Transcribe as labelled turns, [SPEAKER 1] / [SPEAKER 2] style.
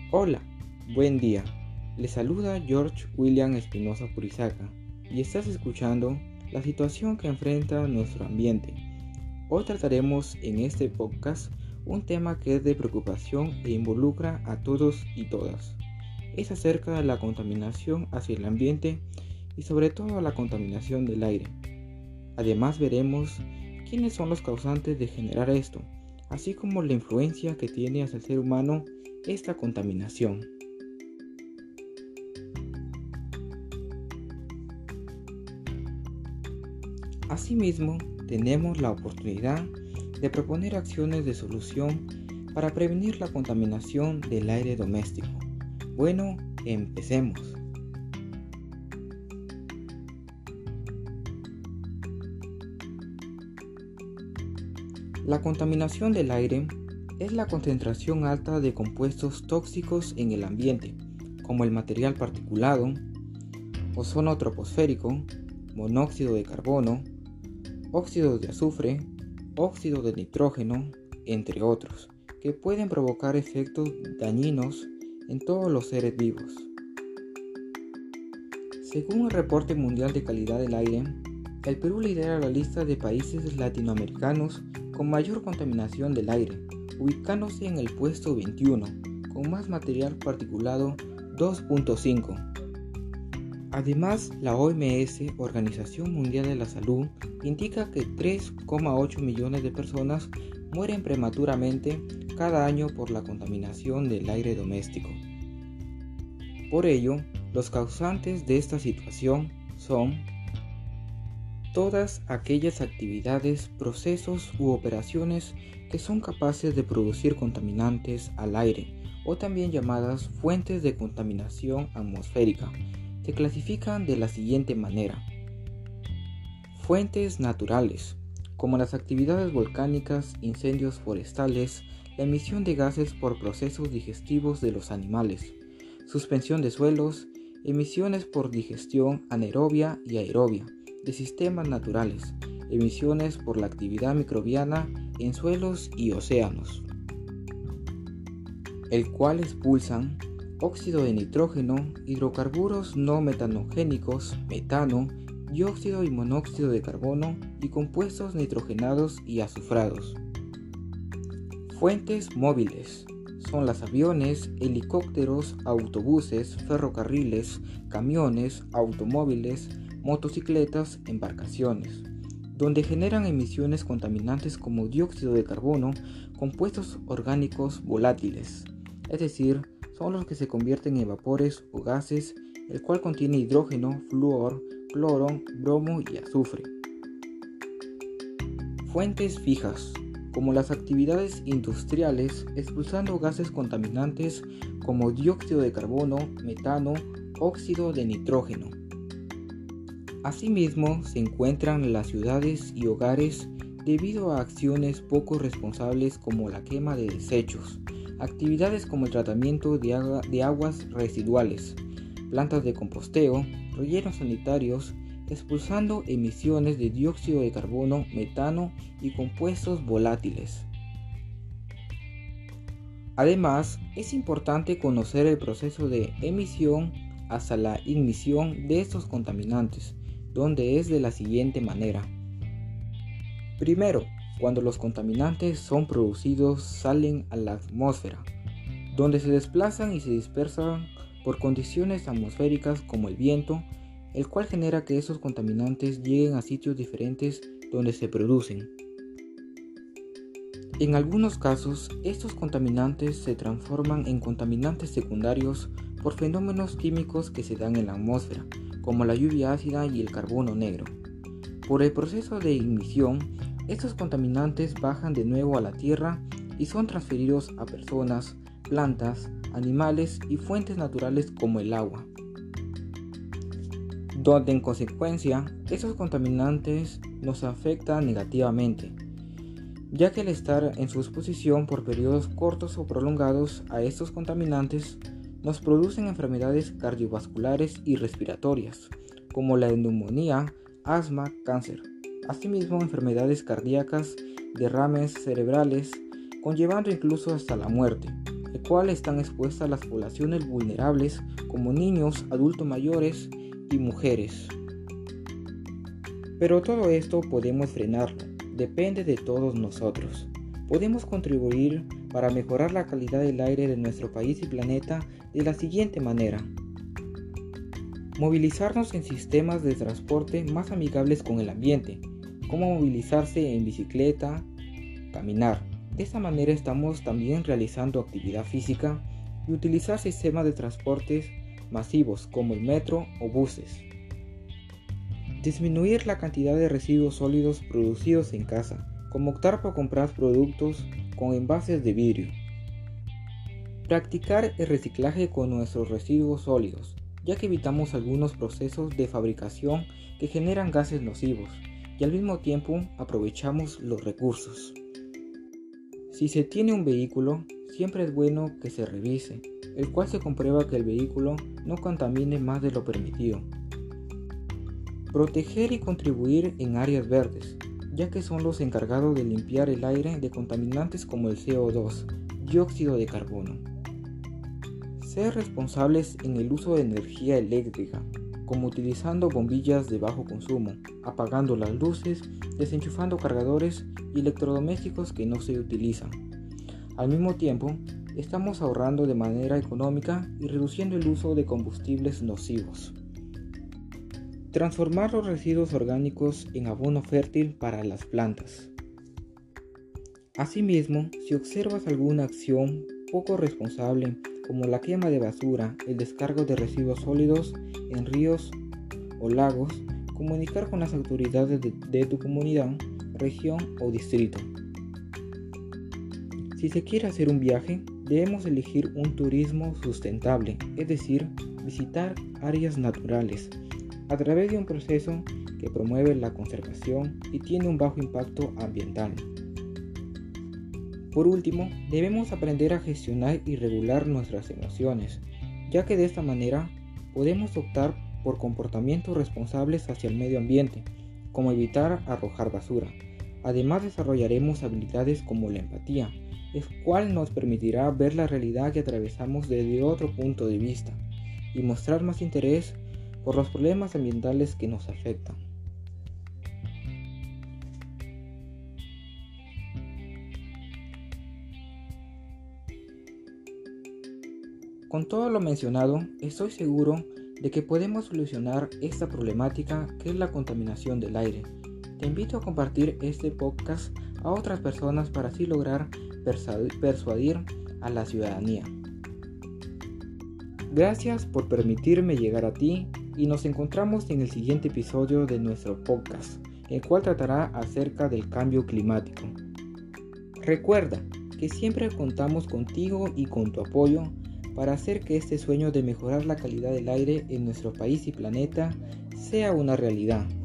[SPEAKER 1] Hola, buen día. Les saluda George William Espinosa Purizaca y estás escuchando la situación que enfrenta nuestro ambiente. Hoy trataremos en este podcast un tema que es de preocupación e involucra a todos y todas. Es acerca de la contaminación hacia el ambiente y sobre todo la contaminación del aire. Además veremos quiénes son los causantes de generar esto, así como la influencia que tiene hacia el ser humano esta contaminación. Asimismo, tenemos la oportunidad de proponer acciones de solución para prevenir la contaminación del aire doméstico. Bueno, empecemos. La contaminación del aire es la concentración alta de compuestos tóxicos en el ambiente, como el material particulado, ozono troposférico, monóxido de carbono, óxido de azufre, óxido de nitrógeno, entre otros, que pueden provocar efectos dañinos en todos los seres vivos. Según el Reporte Mundial de Calidad del Aire, el Perú lidera la lista de países latinoamericanos con mayor contaminación del aire, ubicándose en el puesto 21, con más material particulado 2.5. Además, la OMS, Organización Mundial de la Salud, indica que 3,8 millones de personas mueren prematuramente cada año por la contaminación del aire doméstico. Por ello, los causantes de esta situación son todas aquellas actividades, procesos u operaciones que son capaces de producir contaminantes al aire, o también llamadas fuentes de contaminación atmosférica. Se clasifican de la siguiente manera. Fuentes naturales, como las actividades volcánicas, incendios forestales, la emisión de gases por procesos digestivos de los animales, suspensión de suelos, emisiones por digestión anaerobia y aerobia de sistemas naturales, emisiones por la actividad microbiana en suelos y océanos, el cual expulsan óxido de nitrógeno, hidrocarburos no metanogénicos, metano, dióxido y monóxido de carbono y compuestos nitrogenados y azufrados. Fuentes móviles son los aviones, helicópteros, autobuses, ferrocarriles, camiones, automóviles, motocicletas, embarcaciones, donde generan emisiones contaminantes como dióxido de carbono, compuestos orgánicos volátiles, es decir, son los que se convierten en vapores o gases, el cual contiene hidrógeno, flúor, cloro, bromo y azufre. Fuentes fijas, como las actividades industriales, expulsando gases contaminantes como dióxido de carbono, metano, óxido de nitrógeno. Asimismo, se encuentran las ciudades y hogares debido a acciones poco responsables como la quema de desechos, actividades como el tratamiento de aguas residuales, plantas de composteo, rellenos sanitarios, expulsando emisiones de dióxido de carbono, metano y compuestos volátiles. Además, es importante conocer el proceso de emisión hasta la ignición de estos contaminantes, donde es de la siguiente manera. Primero, cuando los contaminantes son producidos, salen a la atmósfera, donde se desplazan y se dispersan por condiciones atmosféricas como el viento, el cual genera que esos contaminantes lleguen a sitios diferentes donde se producen. En algunos casos, estos contaminantes se transforman en contaminantes secundarios por fenómenos químicos que se dan en la atmósfera, como la lluvia ácida y el carbono negro. Por el proceso de ignición, estos contaminantes bajan de nuevo a la tierra y son transferidos a personas, plantas, animales y fuentes naturales como el agua, donde en consecuencia esos contaminantes nos afectan negativamente, ya que al estar en su exposición por periodos cortos o prolongados a estos contaminantes nos producen enfermedades cardiovasculares y respiratorias, como la neumonía, asma, cáncer. Asimismo, enfermedades cardíacas, derrames cerebrales, conllevando incluso hasta la muerte. el cual están expuestas las poblaciones vulnerables como niños, adultos mayores y mujeres. Pero todo esto podemos frenarlo, depende de todos nosotros. Podemos contribuir para mejorar la calidad del aire de nuestro país y planeta de la siguiente manera. Movilizarnos en sistemas de transporte más amigables con el ambiente, como movilizarse en bicicleta, caminar. De esta manera estamos también realizando actividad física y utilizar sistemas de transportes masivos como el metro o buses. Disminuir la cantidad de residuos sólidos producidos en casa, como optar por comprar productos con envases de vidrio. Practicar el reciclaje con nuestros residuos sólidos, ya que evitamos algunos procesos de fabricación que generan gases nocivos y al mismo tiempo aprovechamos los recursos. Si se tiene un vehículo, siempre es bueno que se revise, el cual se comprueba que el vehículo no contamine más de lo permitido. Proteger y contribuir en áreas verdes, ya que son los encargados de limpiar el aire de contaminantes como el CO2, dióxido de carbono. Ser responsables en el uso de energía eléctrica, como utilizando bombillas de bajo consumo, apagando las luces, desenchufando cargadores y electrodomésticos que no se utilizan. Al mismo tiempo, estamos ahorrando de manera económica y reduciendo el uso de combustibles nocivos. Transformar los residuos orgánicos en abono fértil para las plantas. Asimismo, si observas alguna acción poco responsable como la quema de basura, el descargo de residuos sólidos en ríos o lagos, comunicar con las autoridades de tu comunidad, región o distrito. Si se quiere hacer un viaje, debemos elegir un turismo sustentable, es decir, visitar áreas naturales, a través de un proceso que promueve la conservación y tiene un bajo impacto ambiental. Por último, debemos aprender a gestionar y regular nuestras emociones, ya que de esta manera podemos optar por comportamientos responsables hacia el medio ambiente, como evitar arrojar basura. Además, desarrollaremos habilidades como la empatía, el cual nos permitirá ver la realidad que atravesamos desde otro punto de vista y mostrar más interés por los problemas ambientales que nos afectan. Con todo lo mencionado, estoy seguro de que podemos solucionar esta problemática que es la contaminación del aire. Te invito a compartir este podcast a otras personas para así lograr persuadir a la ciudadanía. Gracias por permitirme llegar a ti y nos encontramos en el siguiente episodio de nuestro podcast, el cual tratará acerca del cambio climático. Recuerda que siempre contamos contigo y con tu apoyo para hacer que este sueño de mejorar la calidad del aire en nuestro país y planeta sea una realidad.